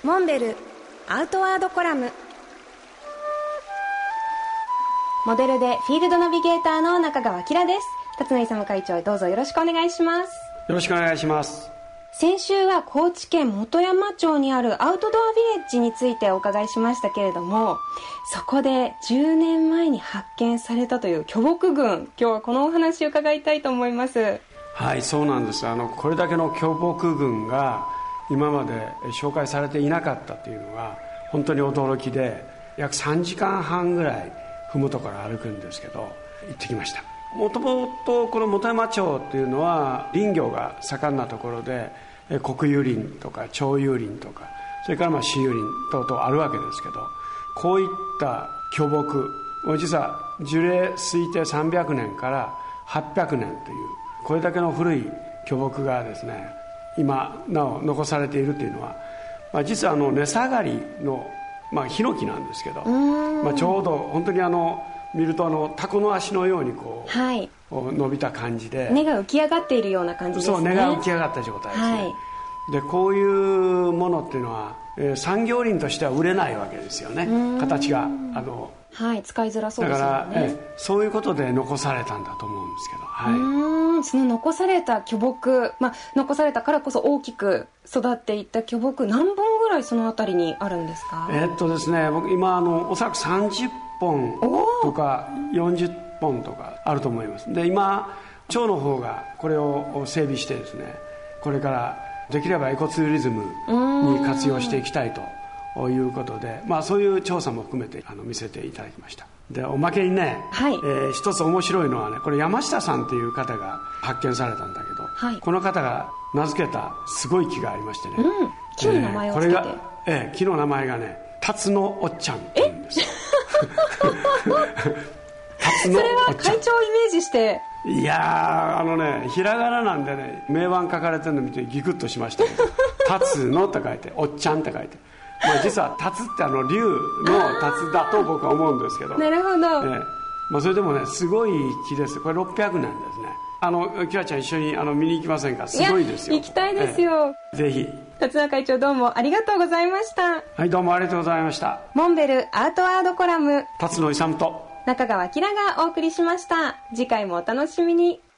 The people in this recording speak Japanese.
モンベルアウトワードコラム。モデルでフィールドナビゲーターの中川明です。辰野勇会長、どうぞよろしくお願いします。 よろしくお願いします。 先週は高知県本山町にあるアウトドアビレッジについてお伺いしましたけれども、そこで10年前に発見されたという巨木群、今日はこのお話を伺いたいと思います。 はい、そうなんです。これだけの巨木群が今まで紹介されていなかったというのが本当に驚きで、約3時間半ぐらい麓から歩くんですけど行ってきました。もともとこの本山町っていうのは林業が盛んなところで、国有林とか町有林とか、それから私有林等々あるわけですけど、こういった巨木、実は樹齢推定300年から800年というこれだけの古い巨木がですね、今なお残されているというのは、実は根下がりの、ヒノキなんですけど、ちょうど本当に見るとタコの足のようにこう、はい、伸びた感じで根が浮き上がっているような感じですね。 そう、根が浮き上がった状態ですね、はい、でこういうものっていうのは、産業林としては売れないわけですよね。形がはい、使いづらそうですよね。 だから、そういうことで残されたんだと思うんですけど、はい、 その残された巨木、残されたからこそ大きく育っていった巨木、何本ぐらいそのあたりにあるんですか？ ですね、僕今おそらく30本とか40本とかあると思います。で今町の方がこれを整備してですね、これからできればエコツーリズムに活用していきたいということで、そういう調査も含めて見せていただきました。でおまけにね、はい、一つ面白いのはね、これ山下さんという方が発見されたんだけど、はい、この方が名付けたすごい木がありましてね、 木の名前をつけて、 これが、木の名前がね、辰野おっちゃんっていうんですよ。 それは会長をイメージして？ いやひらがななんでね、銘板書かれてるの見てギクッとしましたけど辰野って書いておっちゃんって書いて、実は辰って竜の辰だと僕は思うんですけど、 なるほど、 それでもね、すごい木です。これ600年ですね。キラちゃん一緒に見に行きませんか？すごいですよ。 行きたいですよ、 ぜひ。 辰野会長、どうもありがとうございました。 はい、どうもありがとうございました。 モンベルアウトワードコラム、 辰野勇と中川明がお送りしました。次回もお楽しみに。